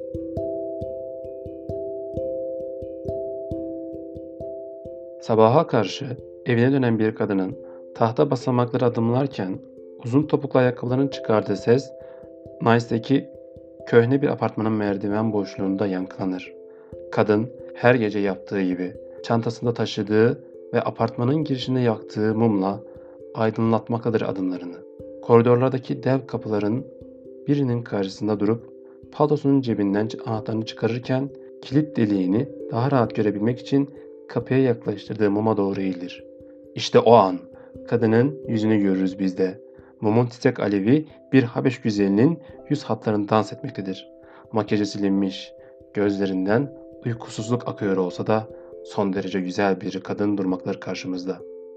Sabaha karşı evine dönen bir kadının tahta basamakları adımlarken uzun topuklu ayakkabılarının çıkardığı ses Nice'deki köhne bir apartmanın merdiven boşluğunda yankılanır. Kadın her gece yaptığı gibi çantasında taşıdığı ve apartmanın girişinde yaktığı mumla aydınlatmaktadır adımlarını. Koridorlardaki dev kapıların birinin karşısında durup paltosunun cebinden anahtarını çıkarırken kilit deliğini daha rahat görebilmek için kapıya yaklaştırdığı muma doğru eğilir. İşte o an kadının yüzünü görürüz biz de. Mumun titrek alevi bir Habeş güzelinin yüz hatlarını dans etmektedir. Makyajı silinmiş, gözlerinden uykusuzluk akıyor olsa da son derece güzel bir kadın durmakları karşımızda.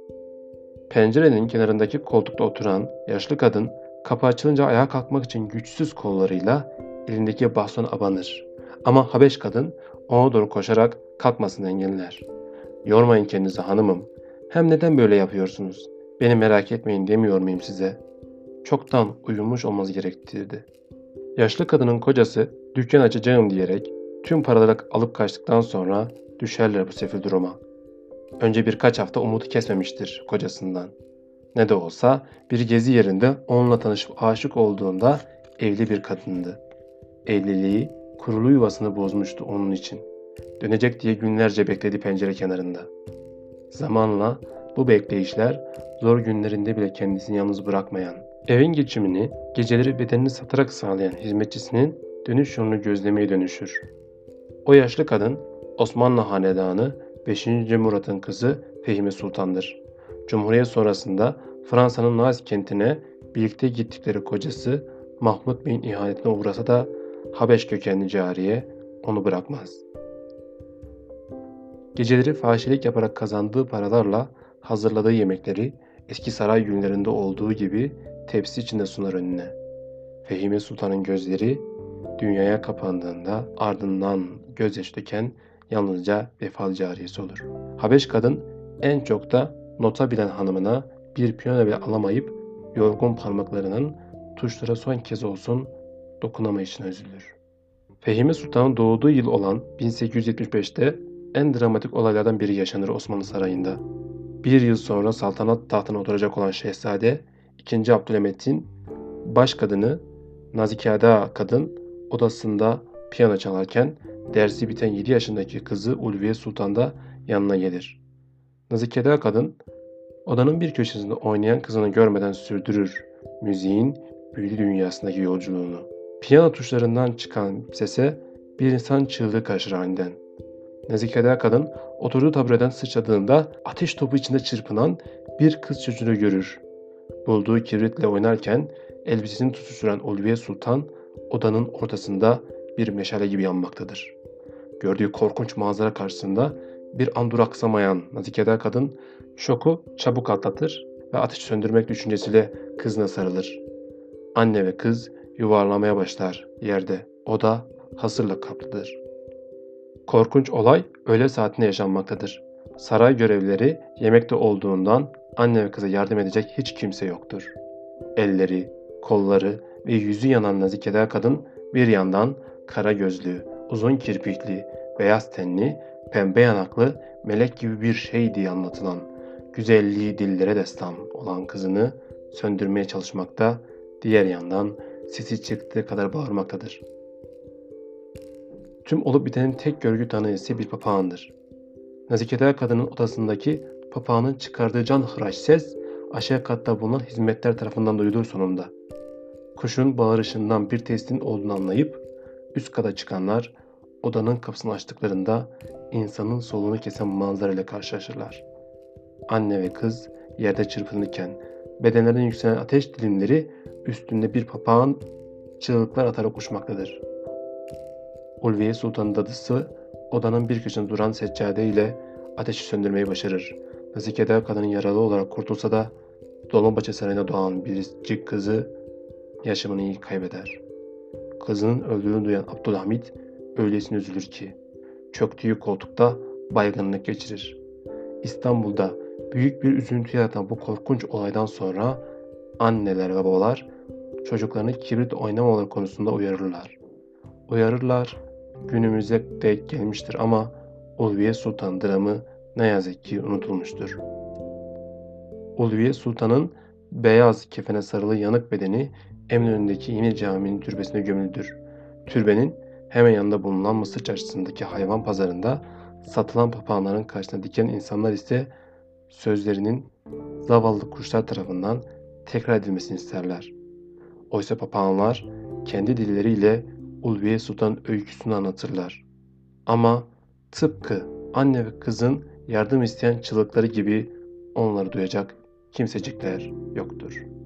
Pencerenin kenarındaki koltukta oturan yaşlı kadın kapı açılınca ayağa kalkmak için güçsüz kollarıyla elindeki bastonu abanır. Ama Habeş kadın ona doğru koşarak kalkmasını engeller. "Yormayın kendinizi hanımım. Hem neden böyle yapıyorsunuz? Beni merak etmeyin demiyor muyum size?" Çoktan uyumuş olması gerektirdi. Yaşlı kadının kocası dükkan açacağım diyerek tüm paraları alıp kaçtıktan sonra düşerler bu sefil duruma. Önce birkaç hafta umudu kesmemiştir kocasından. Ne de olsa bir gezi yerinde onunla tanışıp aşık olduğunda evli bir kadındı. Evliliği kurulu yuvasını bozmuştu onun için. Dönecek diye günlerce bekledi pencere kenarında. Zamanla bu bekleyişler zor günlerinde bile kendisini yalnız bırakmayan, evin geçimini geceleri bedenini satarak sağlayan hizmetçisinin dönüş yolunu gözlemeye dönüşür. O yaşlı kadın Osmanlı Hanedanı 5. Murat'ın kızı Fehime Sultan'dır. Cumhuriyet sonrasında Fransa'nın Naz kentine birlikte gittikleri kocası Mahmut Bey'in ihanetine uğrasa da Habeş kökenli cariye onu bırakmaz. Geceleri fahişelik yaparak kazandığı paralarla hazırladığı yemekleri eski saray günlerinde olduğu gibi tepsi içinde sunar önüne. Fehime Sultan'ın gözleri dünyaya kapandığında ardından gözyaşı döken yalnızca vefalı cariyesi olur. Habeş kadın en çok da nota bilen hanımına bir piyano bile alamayıp yorgun parmaklarının tuşlara son kez olsun dokunamayışına üzülür. Fehime Sultan'ın doğduğu yıl olan 1875'te en dramatik olaylardan biri yaşanır Osmanlı Sarayı'nda. Bir yıl sonra saltanat tahtına oturacak olan Şehzade II. Abdülhamit'in baş kadını Nazikade kadın odasında piyano çalarken dersi biten 7 yaşındaki kızı Ulviye Sultan da yanına gelir. Nazikade kadın odanın bir köşesinde oynayan kızını görmeden sürdürür müziğin büyülü dünyasındaki yolculuğunu. Piyano tuşlarından çıkan sese bir insan çığlığı karşır aniden. Nazikade kadın oturduğu tabureden sıçradığında ateş topu içinde çırpınan bir kız çocuğunu görür. Bulduğu kibritle oynarken elbisesini tutuşturan Ulviye Sultan odanın ortasında bir meşale gibi yanmaktadır. Gördüğü korkunç manzara karşısında bir an duraksamayan Nazikede kadın şoku çabuk atlatır ve ateşi söndürmek düşüncesiyle kızına sarılır. Anne ve kız yuvarlamaya başlar yerde. O da hasırla kaplıdır. Korkunç olay öğle saatinde yaşanmaktadır. Saray görevlileri yemekte olduğundan anne ve kıza yardım edecek hiç kimse yoktur. Elleri, kolları ve yüzü yanan Nazikede kadın bir yandan kara gözlü, uzun kirpikli, beyaz tenli, pembe yanaklı, melek gibi bir şey diye anlatılan, güzelliği dillere destan olan kızını söndürmeye çalışmakta, diğer yandan sesi çıktığı kadar bağırmaktadır. Tüm olup bitenin tek görgü tanığı ise bir papağandır. Nazikede kadının odasındaki papağanın çıkardığı canhıraş ses aşağı katta bulunan hizmetler tarafından duyulur sonunda. Kuşun bağırışından bir testin olduğunu anlayıp üst kata çıkanlar odanın kapısını açtıklarında insanın soluğunu kesen manzara ile karşılaşırlar. Anne ve kız yerde çırpınırken bedenlerinden yükselen ateş dilimleri üstünde bir papağan çığlıklar atarak uçmaktadır. Ulviye Sultan'ın dadısı odanın bir köşesinde duran seccade ile ateşi söndürmeyi başarır. Nazikede kadının yaralı olarak kurtulsa da Dolmabahçe Sarayı'nda doğan biricik kızı yaşamını kaybeder. Kızının öldüğünü duyan Abdülhamit öylesine üzülür ki çöktüğü koltukta baygınlık geçirir. İstanbul'da büyük bir üzüntü yaratan bu korkunç olaydan sonra anneler ve babalar çocuklarını kibrit oynamamaları konusunda uyarırlar. uyarırlar. Günümüze dek gelmiştir ama Ulviye Sultan dramı ne yazık ki unutulmuştur. Ulviye Sultan'ın beyaz kefene sarılı yanık bedeni Eminönü'ndeki Yeni Cami'nin türbesine gömülüdür. Türbenin hemen yanında bulunan Mısır Çarşısı'ndaki hayvan pazarında satılan papağanların karşısına diken insanlar ise sözlerinin zavallı kuşlar tarafından tekrar edilmesini isterler. Oysa papağanlar kendi dilleriyle Ulviye Sultan öyküsünü anlatırlar. Ama tıpkı anne ve kızın yardım isteyen çığlıkları gibi onları duyacak kimsecikler yoktur.